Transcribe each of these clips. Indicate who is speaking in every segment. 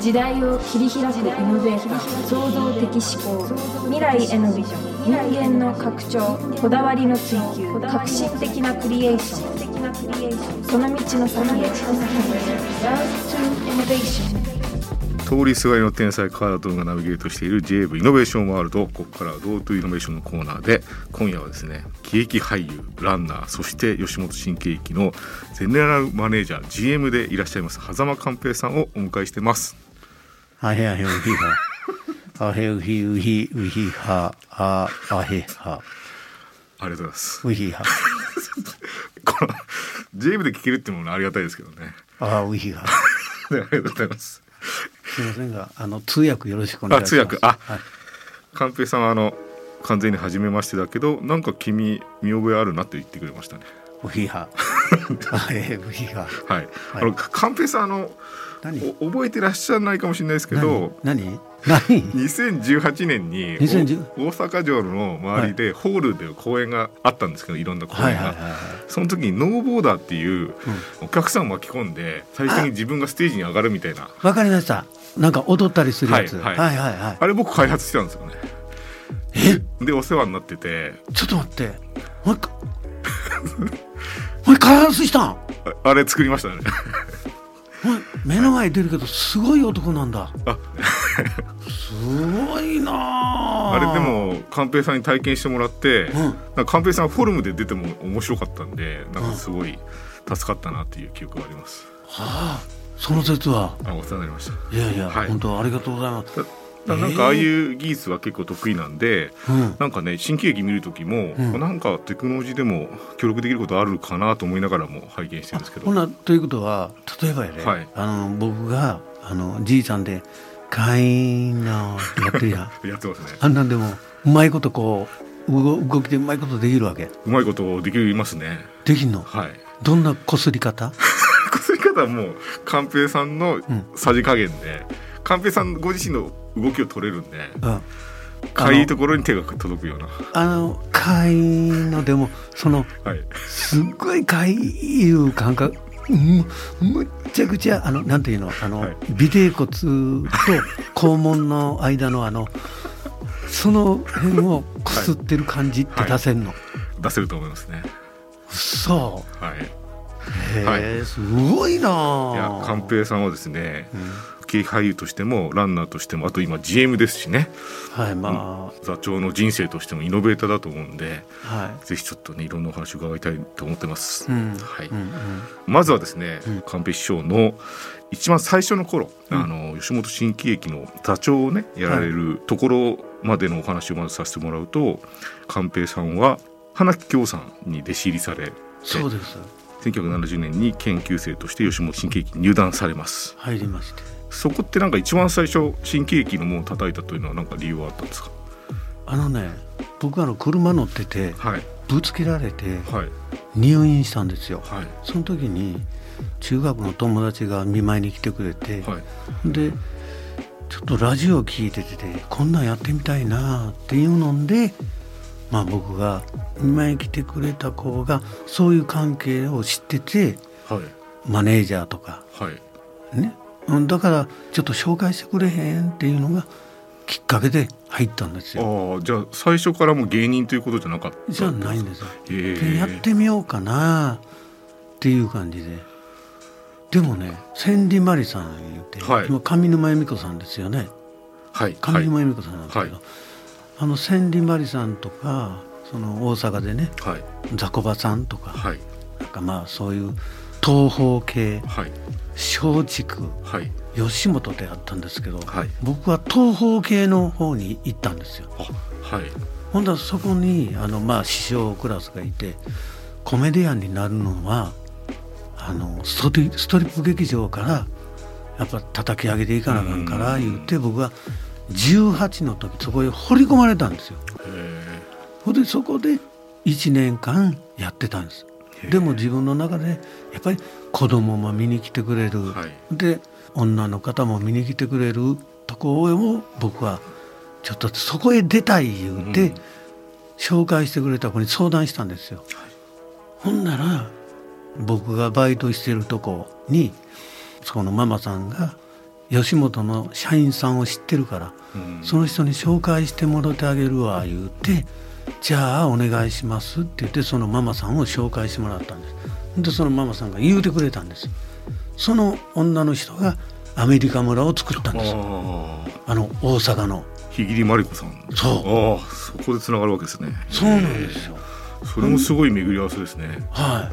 Speaker 1: 時代を切り開くイノベーター、創造的思考、未来へのビジョン、人間の拡張、こだわりの追求、革新的なクリエーション、その道の先へ Love to Innovation。
Speaker 2: 通りすがりの天才カーラトンがナビゲートしている JAV イノベーションワールド。ここからはGo to イノベーションのコーナーで、今夜はですね、喜劇俳優、ランナー、そして吉本新喜劇のゼネラルマネージャー GM でいらっしゃいます狭間寛平さんをお迎えしてます。
Speaker 3: あへあへうひはあへうひうひうひはあへは、
Speaker 2: ありがとうございます。
Speaker 3: うひは
Speaker 2: この JAV で聞けるっていうものはありがたいですけどね。
Speaker 3: うひは
Speaker 2: ありがとうございます。
Speaker 3: すみませんが、通訳よろしくお願いします。
Speaker 2: 通訳、
Speaker 3: はい、
Speaker 2: 寛平さんは完全に初めましてだけど、なんか君見覚えあるなって言ってくれましたね。
Speaker 3: うひはうひは、
Speaker 2: はい、寛平さん覚えてらっしゃらないかもしれないですけど、
Speaker 3: 何
Speaker 2: 2018年に
Speaker 3: 2010
Speaker 2: 大阪城の周りでホールで公演があったんですけど、いろんな公演が、その時にノーボーダーっていうお客さんを巻き込んで最初に自分がステージに上がるみたいな。
Speaker 3: わかりました。なんか踊ったりするやつ、
Speaker 2: あれ僕開発してたんですよね。でお世話になってて。
Speaker 3: ちょっと待って、お前開発したん？
Speaker 2: あれ作りましたね。
Speaker 3: 目の前出るけどすごい男なんだ。すごいな
Speaker 2: あれ。でも寛平さんに体験してもらって、寛平さんフォルムで出ても面白かったんで、なんかすごい助かったなっていう記憶があります。
Speaker 3: その説は
Speaker 2: お世話になりました。
Speaker 3: いやいや、本当ありがとうございます。
Speaker 2: なんかああいう技術は結構得意なんで、なんかね、新喜劇見る時も、なんかテクノロジーでも協力できることあるかなと思いと拝見してるんですけど。
Speaker 3: ということは、例えばやね、僕がじいさんでカインナーやってるやん
Speaker 2: やってますね。
Speaker 3: あんなんでもうまいことこう動きでうまいことできるわけ。
Speaker 2: うまいことできますね。
Speaker 3: できんの？どんなこすり方？
Speaker 2: こすり方はもう寛平さんのさじ加減で、寛平さんご自身の動きを取れるんで、かいいところに手が届くような。
Speaker 3: かいのでもすっごいかいいう感覚、むっちゃくちゃなんていうの、尾てい骨と肛門の間のその辺をこすってる感じって出せるの？
Speaker 2: 出せると思いますね。
Speaker 3: そう。すごいな。
Speaker 2: いや、寛平さんはですね、喜劇俳優としてもランナーとしても、あと今 GM ですしね、座長の人生としてもイノベーターだと思うんで、ぜひちょっとね、いろんなお話を伺いたいと思ってます。まずはですね、寛平師匠の一番最初の頃、吉本新喜劇の座長をねやられるところまでのお話をまずさせてもらうと、寛平さんは花木京さんに弟子入りされて、
Speaker 3: そうです。
Speaker 2: 1970年に研究生として吉本新喜劇に入団されます。
Speaker 3: 入りまして、
Speaker 2: そこってなんか一番最初新喜劇の門を叩いたというのは何か理由はあったんですか？
Speaker 3: 僕車乗ってて、ぶつけられて入院したんですよ。その時に中学の友達が見舞いに来てくれて、でちょっとラジオ聞いてて、こんなんやってみたいなっていうので、僕が見舞いに来てくれた子がそういう関係を知ってて、マネージャーとか、ね、だからちょっと紹介してくれへんっていうのがきっかけで入ったんですよ。
Speaker 2: じゃあ最初からもう芸人ということじゃなかったんですか？
Speaker 3: じゃないんですよ。でやってみようかなっていう感じで。でもね、千里マリさん言って、今上沼恵美子さんですよね。上沼恵美子さんなんですけど、千里マリさんとか、その大阪でね、ザコバさんとか、なんかそういう東宝系、松竹、吉本であったんですけど、僕は東宝系の方に行ったんですよ。ほんだらそこに師匠クラスがいて、コメディアンになるのはストリップ劇場からやっぱ叩き上げていかなあかんから言って、僕は18の時そこへ掘り込まれたんですよ。でそこで1年間やってたんです。でも自分の中でやっぱり子供も見に来てくれる、で女の方も見に来てくれるとこを僕はちょっとそこへ出たい言うて、紹介してくれた子に相談したんですよ。ほんなら僕がバイトしてるとこにそこのママさんが吉本の社員さんを知ってるから、その人に紹介してもらってあげるわ言うて、じゃあお願いしますって言って、そのママさんを紹介してもらったんです。でそのママさんが言うてくれたんです。その女の人がアメリカ村を作ったんです。大阪の
Speaker 2: 日切まりこさん。
Speaker 3: そ
Speaker 2: こでつながるわけですね。
Speaker 3: そうなんですよ。
Speaker 2: それもすごい巡り合わせですね。
Speaker 3: はい。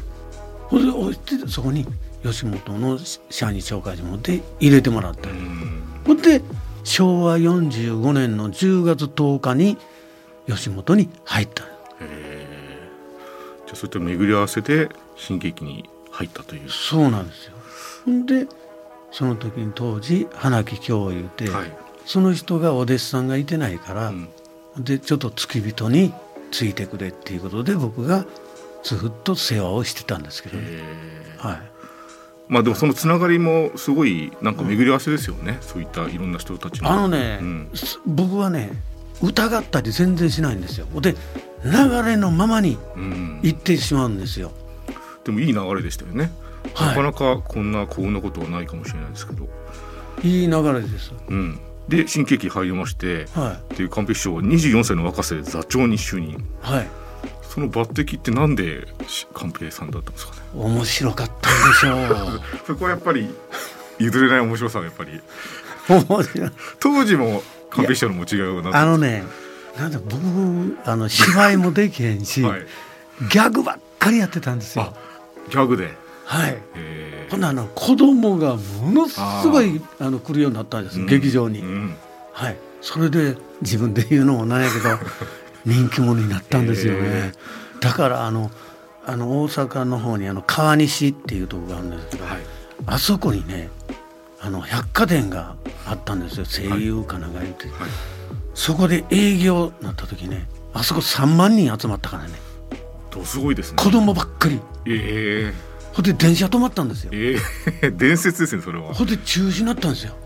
Speaker 3: でそこに吉本の社に紹介してもらって入れてもらった。で昭和45年の10月10日に吉本に入った。じゃ
Speaker 2: あそういった巡り合わせで新喜劇に入ったという。
Speaker 3: そうなんですよ。でその時に当時花木京言うて、その人がお弟子さんがいてないから、でちょっと付き人についてくれっていうことで僕がずっと世話をしてたんですけどね。
Speaker 2: まあでもそのつながりもすごいなんか巡り合わせですよね。そういったいろんな人たちの
Speaker 3: 僕はね疑ったり全然しないんですよ。で流れのままに行ってしまうんですよ。
Speaker 2: でもいい流れでしたよね。なかなかこんな幸運なことはないかもしれないですけど、
Speaker 3: いい流れです。
Speaker 2: で新喜劇入りまして、で寛平師匠は24歳の若さで座長に就任。その抜擢ってなんで寛平さんだったんですかね。
Speaker 3: 面白かったんでしょう。
Speaker 2: そこはやっぱり譲れない面白さがやっぱり当時も寛平師匠の持ちがいがなって
Speaker 3: なんだ僕芝居もできへんし、ギャグばっかりやってたんですよ。
Speaker 2: ギャグで。
Speaker 3: ほんなら子供がものすごい来るようになったんです、劇場に。それで自分で言うのもなんやけど人気者になったんですよね。だから大阪の方に川西っていうところがあるんですけど、あそこにね百貨店があったんですよ。声優かなんか言って、そこで営業になった時ね、あそこ3万人集まったからね。
Speaker 2: すごいですね。
Speaker 3: 子供ばっかり。ほんで電車止まったんですよ。
Speaker 2: 伝説ですねそれは。
Speaker 3: ほんで中止になったんですよ。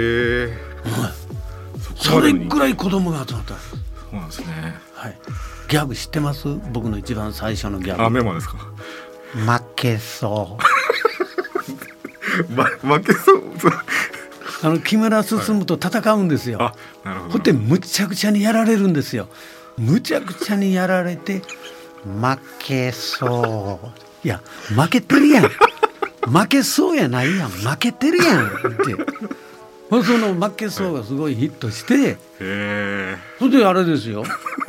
Speaker 3: それぐらい子供が集まったんです。
Speaker 2: そうなんですね。
Speaker 3: ギャグ知ってます？僕の一番最初のギャグ。
Speaker 2: メモですか。
Speaker 3: 負けそう
Speaker 2: 負けそう
Speaker 3: 木村進と戦うんですよ。
Speaker 2: なるほど。
Speaker 3: ほんでむちゃくちゃにやられるんですよ。むちゃくちゃにやられて負けそう。いや負けてるやん負けそうやないやん負けてるやんってその負けそうがすごいヒットして、それであれですよ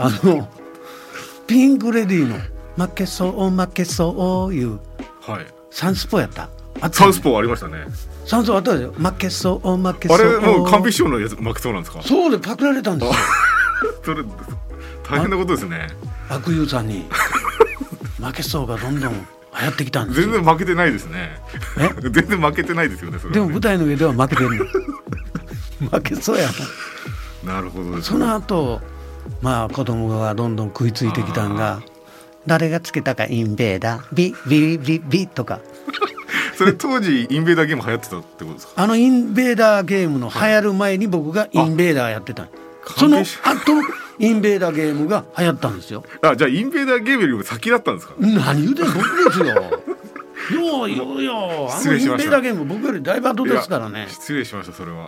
Speaker 3: ピンクレディーの負けそう負けそういうサンスポやった。
Speaker 2: サンスポありましたね。
Speaker 3: サンスポあったでしょ。負けそう負けそう。
Speaker 2: あれもう完璧師匠のやつ負けそうなんですか。
Speaker 3: そうでパクられたんですよ。
Speaker 2: それ大変なことですね。
Speaker 3: 悪友さんに負けそうがどんどん流行ってきたんですよ。
Speaker 2: 全然負けてないですね。全然負けてないですよね。それはね。
Speaker 3: でも舞台の上では負けてるの負けそうや
Speaker 2: な。なるほどですね。
Speaker 3: その後子供がどんどん食いついてきたんが、誰がつけたかインベーダービビビビとか
Speaker 2: それ当時インベーダーゲーム流行ってたってことですか。
Speaker 3: インベーダーゲームの流行る前に僕がインベーダーやってた。その後インベーダーゲームが流行ったんですよ。
Speaker 2: じゃあインベーダーゲームよりも先だったんですか。
Speaker 3: 何言うてんの。僕ですよようインベーダーゲーム僕よりだいぶ後ですからね。
Speaker 2: 失礼しました。それは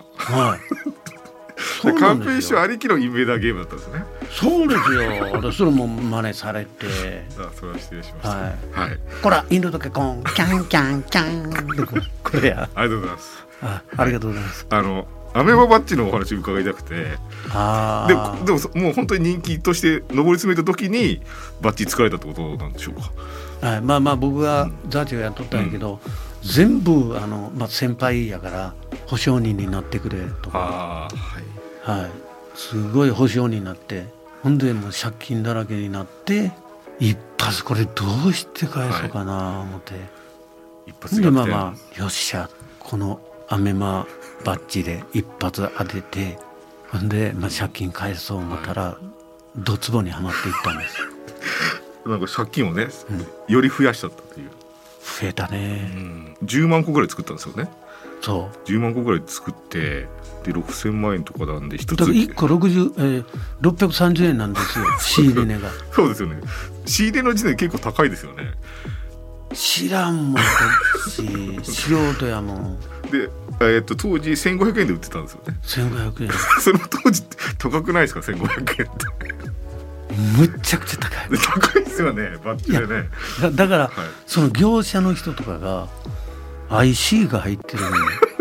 Speaker 2: 寛平師匠ありきのインベーダーゲームだったんですね。
Speaker 3: そうですよ。それも真似されて
Speaker 2: それは失礼しました。
Speaker 3: こら犬と結婚キャンキャンキャンこれや。
Speaker 2: ありがとうございます。
Speaker 3: ありがとうございます。
Speaker 2: アメババッジのお話伺いたくて、でももう本当に人気として上り詰めた時にバッジ作られたってことなんでしょうか。
Speaker 3: 僕がザチをやっとったんやけど、全部先輩やから保証人になってくれとか、すごい保証人になって、ほんでもう借金だらけになって一発これどうして返そうかな思って、
Speaker 2: 一発
Speaker 3: でよっしゃこのアメマバッジで一発当てて、ほんで借金返そう思ったらドツボにはまっていったんですよ。
Speaker 2: なんか借金をね、より増やしちゃったという。
Speaker 3: 増えたね。
Speaker 2: 10万個ぐらい作ったんですよね。
Speaker 3: そう
Speaker 2: 10万個ぐらい作ってで6000万円とかなんで一つ
Speaker 3: 1個630円なんですよ仕入れ値が。
Speaker 2: そうですよね。仕入れの時点で結構高いですよね。
Speaker 3: 知らんもんし素人やもん。
Speaker 2: で、当時1500円で売ってたんですよね。
Speaker 3: 1500円
Speaker 2: その当時高くないですか、1500円って
Speaker 3: むっちゃくちゃ高い
Speaker 2: 高いですよね、バッチでね。
Speaker 3: だから、その業者の人とかが IC が入ってるのに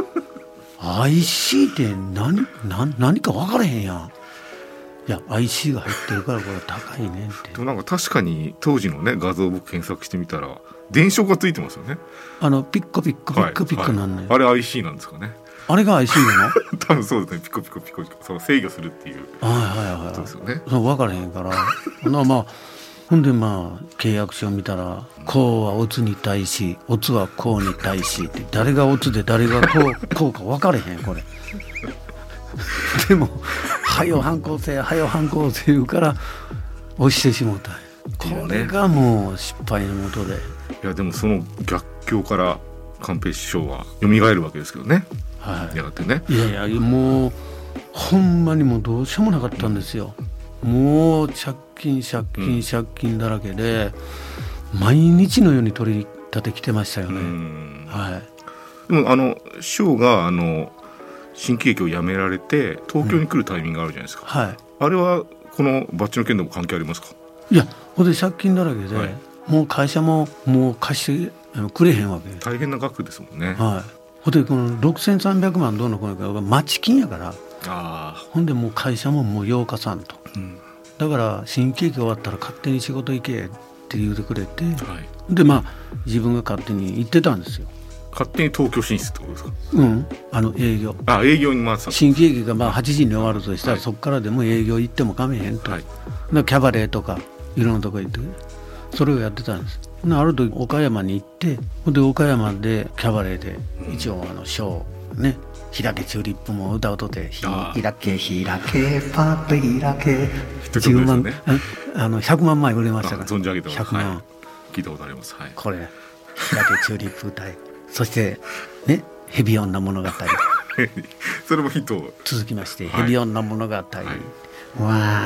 Speaker 3: IC って何か分からへんやん。いや IC が入ってるからこれ高いねんって。
Speaker 2: でもなんか確かに当時のね画像を僕検索してみたら電飾がついてますよね。
Speaker 3: ピッコピッコピッコピッコなんね、
Speaker 2: あれ IC なんですかね。
Speaker 3: あれが IC なの
Speaker 2: 多分そうですね。ピコピコピコピコそう制御するっていうことですよね。
Speaker 3: そう分からへんからまあほんで契約書を見たらこうはオツに対しオツはこうに対しって誰がオツで誰がこうか分からへんこれでもはよ反抗せはよ反抗せ言うから押してしもた。これがもう失敗のもとで。
Speaker 2: いやでもその逆境から寛平師匠は蘇るわけですけどね、やがてね。
Speaker 3: いやもうほんまにもうどうしようもなかったんですよ。もう借金だらけで、毎日のように取り立てきてましたよね。
Speaker 2: でも師匠が新喜劇を辞められて東京に来るタイミングがあるじゃないですか、あれはこのバッジの件でも関係ありますか？
Speaker 3: いやほんで借金だらけで、もう会社ももう貸してくれへんわけ。
Speaker 2: 大変な額ですもんね。
Speaker 3: ほんでこの6300万どうのこうのか待ち金やから、ほんでもう会社ももう8日さんと、だから新喜劇終わったら勝手に仕事行けって言うてくれて、で自分が勝手に行ってたんですよ。
Speaker 2: 勝手に東京進出ってことですか？
Speaker 3: 営業。
Speaker 2: 営業に回ってた。
Speaker 3: 新喜劇が8時に終わるとしたら、そこからでも営業行ってもかめへんと、キャバレーとかいろんなとこ行ってそれをやってたんです。ある時岡山に行って、で岡山でキャバレーで一応ショーね、開けチューリップも歌うとって開けパッと開け10万、100万枚売れましたから。
Speaker 2: 存じ上げてます。
Speaker 3: 100万、
Speaker 2: 聞いたことあります。
Speaker 3: これ開けチューリップ歌いそしてね、ヘビ女物語
Speaker 2: それもヒット
Speaker 3: 続きまして、ヘビ女物語、私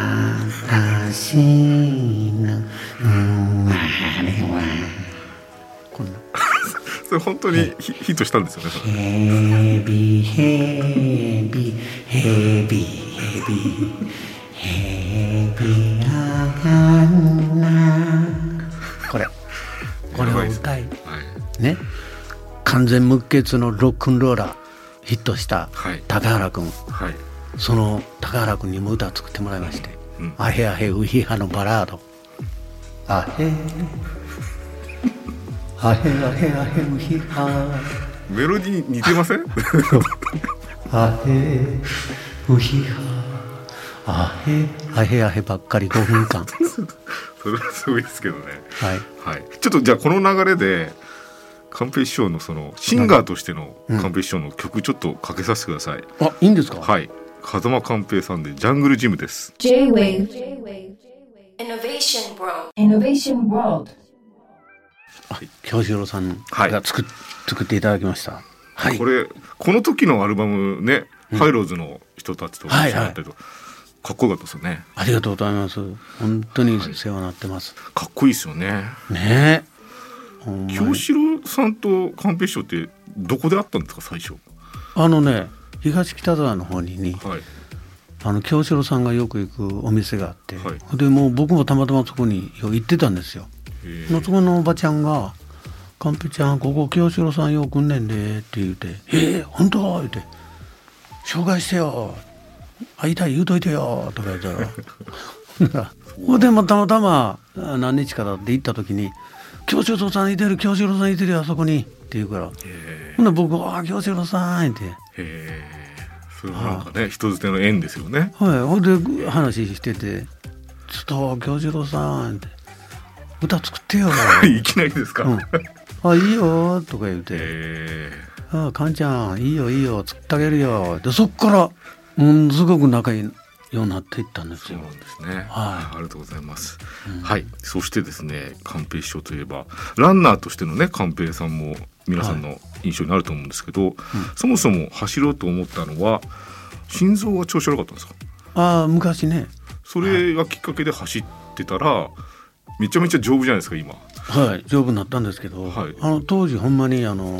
Speaker 3: の生まれはこんな
Speaker 2: それ本当にヒットしたんですよね。
Speaker 3: ヘビヘビヘビヘビヘビあがんな、これを歌い、ね、完全無欠のロックンローラーヒットした高原君、その高原君にも歌を作ってもらいまして、アヘアヘウヒハのバラード、アヘアヘアヘアヘウヒハ、
Speaker 2: メロディー似てません？
Speaker 3: アヘウヒハアヘアヘばっかり5分間
Speaker 2: それはすごいですけどね。ちょっとじゃあこの流れで寛平師匠のそのシンガーとしての寛平師匠の曲ちょっとかけさせてください。
Speaker 3: いいんですか？
Speaker 2: 風間寛平さんでジャングルジムです。
Speaker 1: J-Wave Innovation World、
Speaker 3: 京志郎さんが作っていただきました。
Speaker 2: この時のアルバムね、ハイローズの人たちと一緒になったりと、かっこよかったですよね。
Speaker 3: ありがとうございます。本当に世話になってます。
Speaker 2: かっこいいですよね。京志郎さんと寛平師匠ってどこで会ったんですか？最初
Speaker 3: 東北沢の方に京志郎さんがよく行くお店があって、でもう僕もたまたまそこに行ってたんですよ。そこのおばちゃんが「寛平ちゃんここ京志郎さんよく来んねんで」って言うて「本当?」言うて「紹介してよ会いたい言うといてよ」とか言ったらほんでたまたま何日かだって行った時に「京志郎さんいてる京志郎さんいてるよあそこに」って言うから、ほんで僕「京志郎さん」って。
Speaker 2: それもなんかね、人づての縁ですよね。
Speaker 3: ほんで話してて「ちょっと京次郎さん」って「歌作ってよ」
Speaker 2: いきなりですか？
Speaker 3: いいよ」とか言うて「カンちゃんいいよいいよ作ってあげるよ」でそっからすごく仲いいようになっていったんですよ。
Speaker 2: そうなんですね。ありがとうございます。そしてですね、寛平師匠といえばランナーとしてのね寛平さんも皆さんの印象になると思うんですけど、そもそも走ろうと思ったのは心臓が調子悪かったんですか？
Speaker 3: 昔ね。
Speaker 2: それがきっかけで走ってたらめちゃめちゃ丈夫じゃないですか今。
Speaker 3: 丈夫になったんですけど、当時ほんまに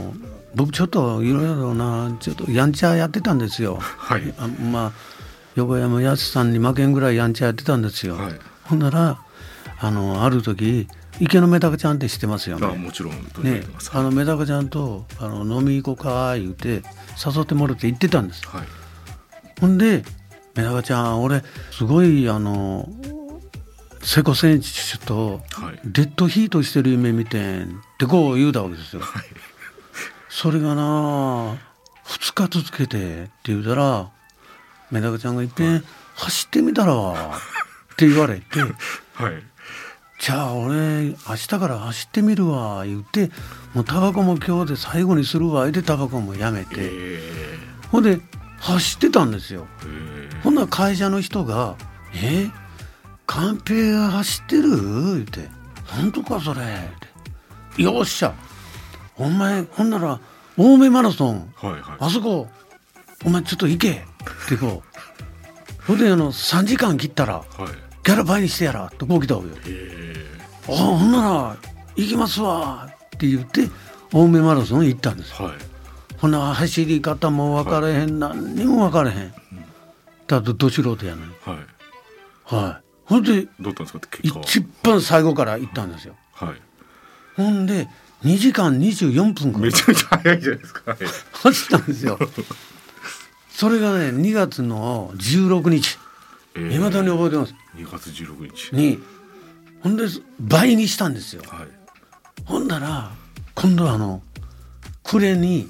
Speaker 3: 僕ちょっといろいろなちょっとやんちゃやってたんですよ、
Speaker 2: はい、
Speaker 3: 横山やすさんに負けんぐらいやんちゃやってたんですよ、はい、ほんならある時池のメダカちゃんって知ってますよね。
Speaker 2: もちろん
Speaker 3: ね、メダカちゃんと飲み行こうか言うて誘ってもらって行ってたんです、はい、ほんでメダカちゃん俺すごい瀬古選手とデッドヒートしてる夢見てんってこう言うたわけですよ、はい、それがな2日続けてって言うたらメダカちゃんが言って、はい、走ってみたらって言われて、はい、じゃあ俺明日から走ってみるわ言ってもうタバコも今日で最後にするわ言ってタバコもやめて、ほんで走ってたんですよ。ほんなら会社の人がカンペが走ってる言って本当かそれってよっしゃお前ほんなら青梅マラソン、はいはい、あそこお前ちょっと行けってこうほんで3時間切ったら、はい、ギャラ倍にしてやらってこう来たわけよ。ほんなら行きますわって言って青梅マラソン行ったんです、はい、ほんなら走り方も分からへん、はい、何にも分からへん、だとど素人やのに、はいはい、ほんで
Speaker 2: どうだったんですか
Speaker 3: 一番最後から行ったんですよ、はい、ほんで2時間24分
Speaker 2: めちゃめちゃ早いじゃないですか、はい、
Speaker 3: 走ったんですよそれがね2月の16日未だに覚えてます。
Speaker 2: 2月16日
Speaker 3: にほんで倍にしたんですよ、はい、ほんなら今度暮れに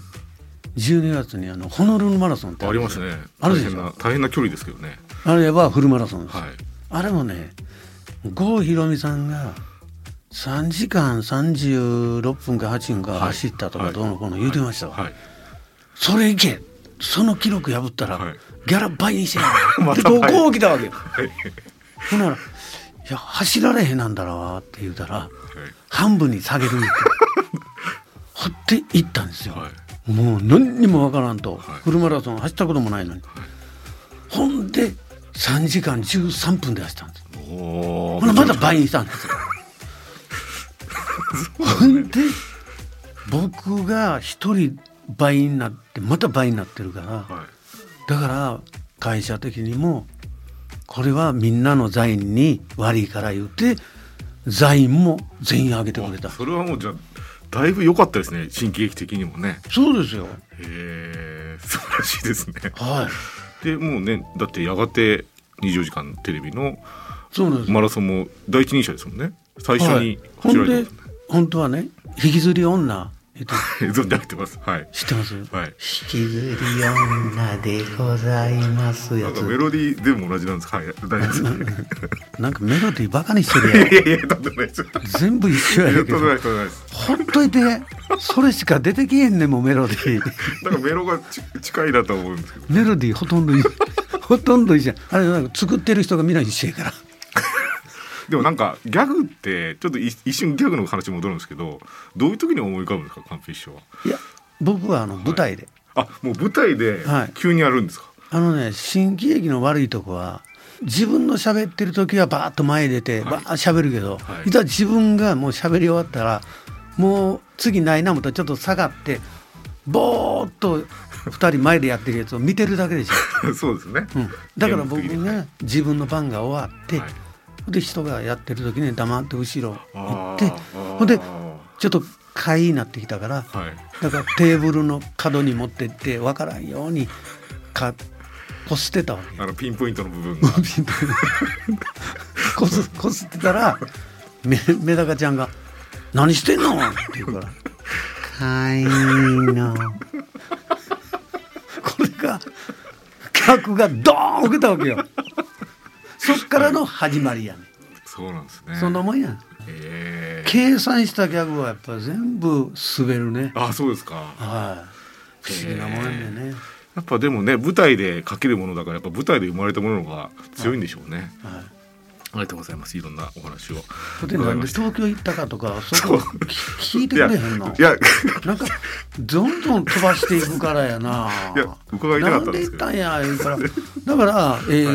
Speaker 3: 12月にホノルルマラソンって
Speaker 2: ありますね。大変な距離ですけどね。
Speaker 3: あれはフルマラソンです、はい、あれもね郷ひろみさんが3時間36分か8分か走ったとかどうのこうの言うてましたわ、はいはいはい、それいけその記録破ったら、はい、ギャラ倍にしてやるってこう来たわけよ、はい、ほんならいや走られへんなんだろうって言うたら、はい、半分に下げるって掘っていったんですよ、はい、もう何にもわからんと、はい、フルマラソン走ったこともないのに、はい、ほんで3時間13分で走ったんです。ほなまた倍にしたんですよほんで僕が一人倍になってまた倍になってるから、はい、だから会社的にもこれはみんなの座員に悪いから言って座員も全員上げてくれた。
Speaker 2: それはもうじゃあだいぶ良かったですね、新喜劇的にもね。
Speaker 3: そうですよ。
Speaker 2: 素晴らしいですね。
Speaker 3: はい。
Speaker 2: でもうねだってやがて24時間テレビのマラソンも第一人者ですもんね。最初に走られてますね。
Speaker 3: ほんで本当はね引きずり女
Speaker 2: 存じ上げてます、はい、
Speaker 3: 知ってます、
Speaker 2: はい、
Speaker 3: 引きずり女でございますやつ。
Speaker 2: なんかメロディーでも同じなんですか。はい、大丈夫です
Speaker 3: なんかメロディーバカにしてるやん。
Speaker 2: いやとんでもないです。
Speaker 3: 全部一緒やけどほっといてそれしか出てけへんねんもメロディー
Speaker 2: だからメロが近いなと思うんですけど、
Speaker 3: メロディーほとんど一緒あれなんか作ってる人がみんな一緒やから
Speaker 2: でもなんかギャグってちょっと一瞬ギャグの話戻るんですけど、どういう時に思い浮かぶんですか、カンペ師匠は。
Speaker 3: いや僕は舞台で、
Speaker 2: はい、もう舞台で急にやるんですか。
Speaker 3: はい、新喜劇の悪いとこは自分の喋ってる時はバーッと前出てバーッ喋るけど、はい、いざ自分がもう喋り終わったらもう次ないなもとちょっと下がってぼーっと2人前でやってるやつを見てるだけでしょ
Speaker 2: そうですね、
Speaker 3: うん、だから僕が自分の番が終わって、はい、で人がやってる時に黙って後ろ行ってほんでちょっと会になってきたから、はい、だからテーブルの角に持ってって分からんようにこすってたわけ。
Speaker 2: ピンポイントの部分が
Speaker 3: こすってたらメダカちゃんが何してんのって言うからかいのこれが客がドーン受けたわけよそっからの始まりやね、はい、
Speaker 2: そうなんですね。
Speaker 3: そんなもんやん。計算したギャグはやっぱり全部滑るね。
Speaker 2: あ、そうですか。
Speaker 3: はい、不思議なもんでね。
Speaker 2: やっぱでもね舞台で書けるものだからやっぱ舞台で生まれたものが強いんでしょうね。はいはい、ありがとうございます。いろんなお話を。
Speaker 3: でなんで東京行ったかとかそこ聞いてくれへんの。
Speaker 2: いや
Speaker 3: なんかどんどん飛ばしていくからやな。
Speaker 2: いや伺いたかったんですけど。
Speaker 3: なんで行ったんや言うからだから、はい、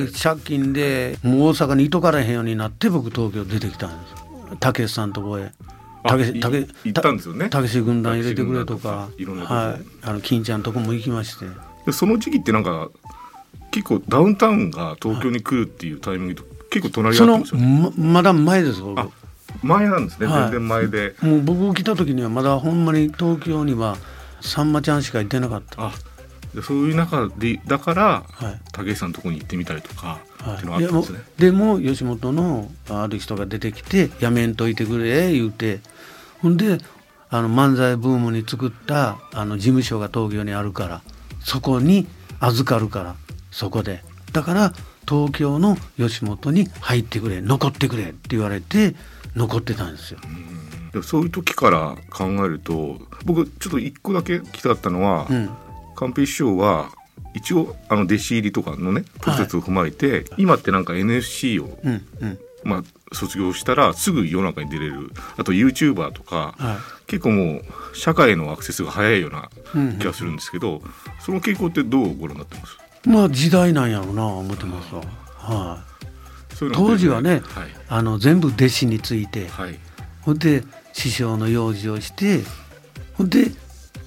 Speaker 3: 借金でもう大阪にいとからへんようになって僕東京出てきたんです。武さんとこへ。
Speaker 2: 行ったんですよね。
Speaker 3: たけし軍団入れてくれとか、金ちゃんとこも行きまして。
Speaker 2: でその時期ってなんか結構ダウンタウンが東京に来るっていうタイミングと結構隣り合ってますよね。
Speaker 3: まだ前ですよ。
Speaker 2: 前なんですね、全然前で。
Speaker 3: もう僕来た時にはまだほんまに東京にはさんまちゃんしか行ってなかった。
Speaker 2: そういう中でだから武井さんのところに行ってみたりとかっていうのがあったんですね。
Speaker 3: でも吉本のある人が出てきてやめんといてくれ言うて、ほんで漫才ブームに作った事務所が東京にあるからそこに預かるから、そこでだから東京の吉本に入ってくれ、残ってくれって言われて残ってたんですよ。
Speaker 2: そういう時から考えると僕ちょっと一個だけ聞きたかったのは、寛平師匠は一応弟子入りとかのねプロセスを踏まえて、今ってなんか NSC を、卒業したらすぐ世の中に出れる、あと YouTuber とか、結構もう社会へのアクセスが早いような気がするんですけど、その傾向ってどうご覧になってます？
Speaker 3: 時代なんやろうな思ってますわ。当時はね、全部弟子について、ほんで師匠の養生をして、ほんで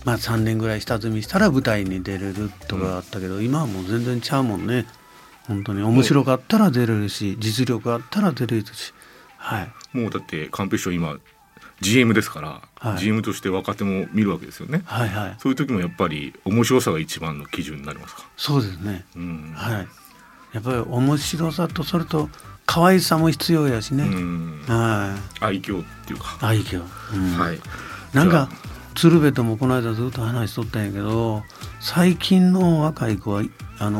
Speaker 3: 3年ぐらい下積みしたら舞台に出れるとかあったけど、今はもう全然ちゃうもんね。本当に面白かったら出れるし、実力あったら出れるし、
Speaker 2: もうだって寛平師匠今 GM ですから、GM として若手も見るわけですよね。そういう時もやっぱり面白さが一番の基準になりますか？
Speaker 3: そうですね、やっぱり面白さとそれと可愛さも必要やしね。
Speaker 2: 愛嬌っていうか
Speaker 3: 愛嬌、なんか鶴瓶ともこの間ずっと話しとったんやけど、最近の若い子は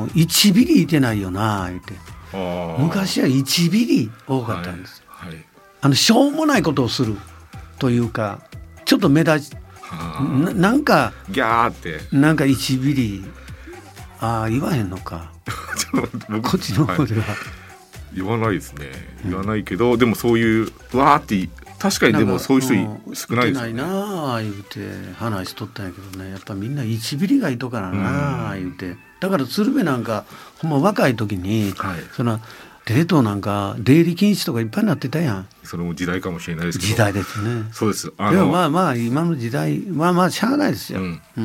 Speaker 3: 1ビリいてないよな言って。昔は1ビリ多かったんです、しょうもないことをするというか、ちょっと目立ちなんか
Speaker 2: ギャーって
Speaker 3: なんか1ビリ言わへんのかこっちの方では、
Speaker 2: 言わないですね。言わないけど、でもそういうわーって確かにでもそういう人少ないですよね。
Speaker 3: ないな言うて話しとったんやけどね、やっぱみんな1ビリがいとからな言うて。だから鶴瓶なんかほんま若い時に、そのテレ東なんか出入り禁止とかいっぱいになってたやん。
Speaker 2: それも時代かもしれないですけど。
Speaker 3: 時代ですね。
Speaker 2: そうです。
Speaker 3: でも今の時代しゃあないですよ。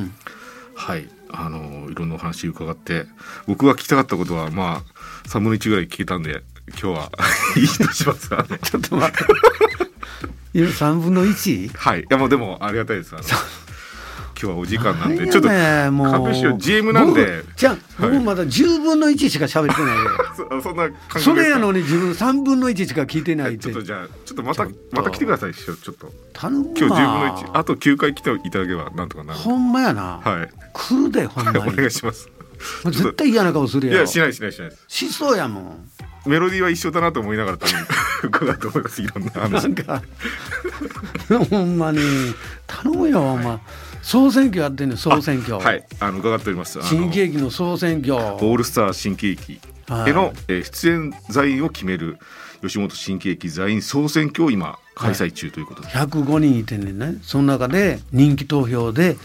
Speaker 2: いろんなお話伺って、僕が聞きたかったことは3分の1ぐらい聞けたんで、今日はいいとしますかね。
Speaker 3: ちょっと待って今3分の 1？
Speaker 2: いやもうでもありがたいです。今日はお時間なんで、ちょっと寛平師匠 GM なんで、
Speaker 3: 僕まだ10分の1しか喋ってない
Speaker 2: でそんな感じですか？
Speaker 3: それやのに自分3分の1しか聞いてないって。
Speaker 2: ちょっとまた来てください師匠。ちょっと
Speaker 3: 頼むわ。
Speaker 2: 今日10分の1あと9回来ていただければなんとかなる。
Speaker 3: ほんまやな。来るでほんまに。
Speaker 2: お願いします。
Speaker 3: 絶対嫌な顔するやろ。
Speaker 2: いやしない
Speaker 3: しそうやもん。
Speaker 2: メロディーは一緒だなと思いながら多分伺うと思います。いろんな話
Speaker 3: なんかほんまに頼むよほんま。総選挙やってんねん。総選挙
Speaker 2: 伺っております。
Speaker 3: 新喜劇の総選挙、オ
Speaker 2: ールスター新喜劇への出演座員を決める吉本新喜劇座員総選挙を今開催中ということで、
Speaker 3: 105人いてんねんね。その中で人気投票で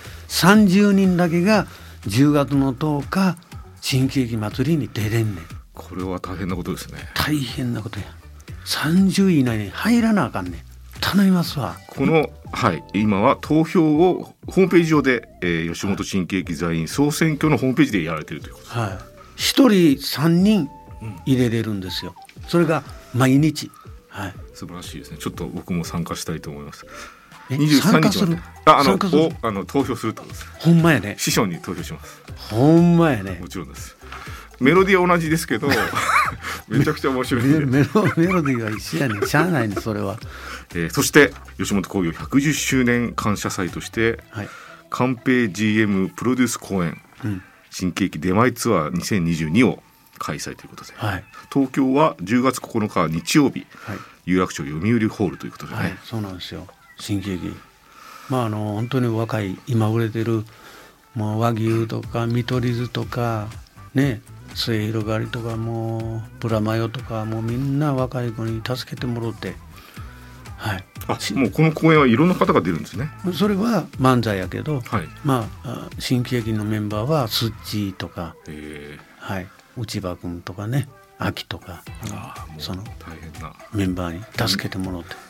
Speaker 3: 30人だけが10月の10日新喜劇祭りに出れんねん。
Speaker 2: これは大変なことですね。
Speaker 3: 大変なことや。30位以内に入らなあかんねん。頼みますわ。
Speaker 2: この今は投票をホームページ上で、吉本新喜劇座員総選挙のホームページでやられているということです。
Speaker 3: 1人3人入れれるんですよ。それが毎日。
Speaker 2: 素晴らしいですね。ちょっと僕も参加したいと思います。
Speaker 3: 参加する？
Speaker 2: 投票するってことです。
Speaker 3: ほんまやね。
Speaker 2: 師匠に投票します。
Speaker 3: ほんまやね。
Speaker 2: もちろんです。メロディーは同じですけどめちゃくちゃ面白い
Speaker 3: メロディーは一緒やねん。しゃあないねそれは。
Speaker 2: そして吉本興業110周年感謝祭として、寛平 GM プロデュース公演、新喜劇出前ツアー2022を開催ということで、東京は10月9日日曜日、有楽町読売ホールということでね。
Speaker 3: そうなんですよ。新喜劇本当に若い今売れてるもう和牛とか見取り図とかね、末広がりとかもうブラマヨとかもうみんな若い子に助けてもらって、
Speaker 2: もうこの公演はいろんな方が出るんですね。
Speaker 3: それは漫才やけど、新喜劇のメンバーはスッチーとか、内場君とかね、秋とかそのメンバーに助けてもらって、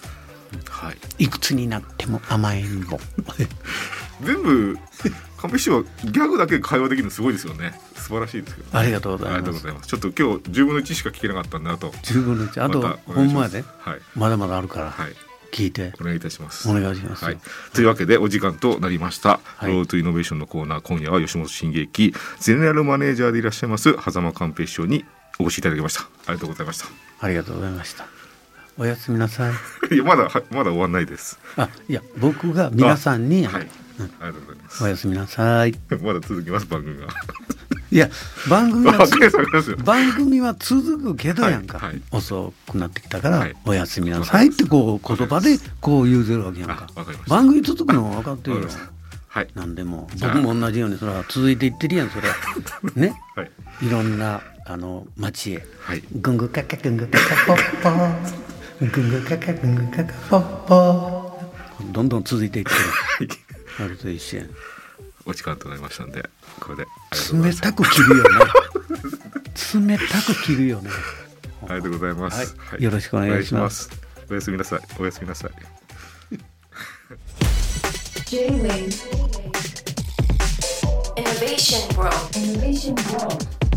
Speaker 2: はい、
Speaker 3: いくつになっても甘えん坊
Speaker 2: 全部神戸市はギャグだけ会話できるのすごいですよね。素晴らしいですけど、
Speaker 3: ありがとうございます。
Speaker 2: ちょっと今日10分の1しか聞けなかったんで、あと
Speaker 3: 10分の1あとほんまやで、はい、まだまだあるから、はい、聞いて
Speaker 2: お願いいたします。
Speaker 3: お願いします、
Speaker 2: はい、というわけでお時間となりました、はい、ロードトゥイノベーションのコーナー、今夜は吉本新喜劇ゼネラルマネージャーでいらっしゃいます狭間寛平師匠にお越しいただきました。ありがとうございました。
Speaker 3: ありがとうございました。おやすみなさい。
Speaker 2: いやまだ終わんないです。
Speaker 3: いや僕が皆さんに、
Speaker 2: はい、ありがとうございます。
Speaker 3: おやすみなさい。
Speaker 2: まだ続きます番組が
Speaker 3: いや番組は続くけどやんか、はいはい、遅くなってきたから、はい、おやすみなさいってこう言葉でこう言うてるわけやんか。番組続くのは分かってるよ。はい、なんでも僕も同じようにそれは続いていってるやんそれね、はい、いろんな街へ、はい、グングカカグングカカポッポーグングカカグングカカポッポーどんどん続いていってるあれと一緒やん。
Speaker 2: お時間となりましたんでこれで
Speaker 3: 冷たく切るよね冷たく切るよね。
Speaker 2: ありがとうございます、
Speaker 3: はい、よろしくお願いします。
Speaker 2: おやすみなさい。おやすみなさい。
Speaker 1: J-Wave Innovation World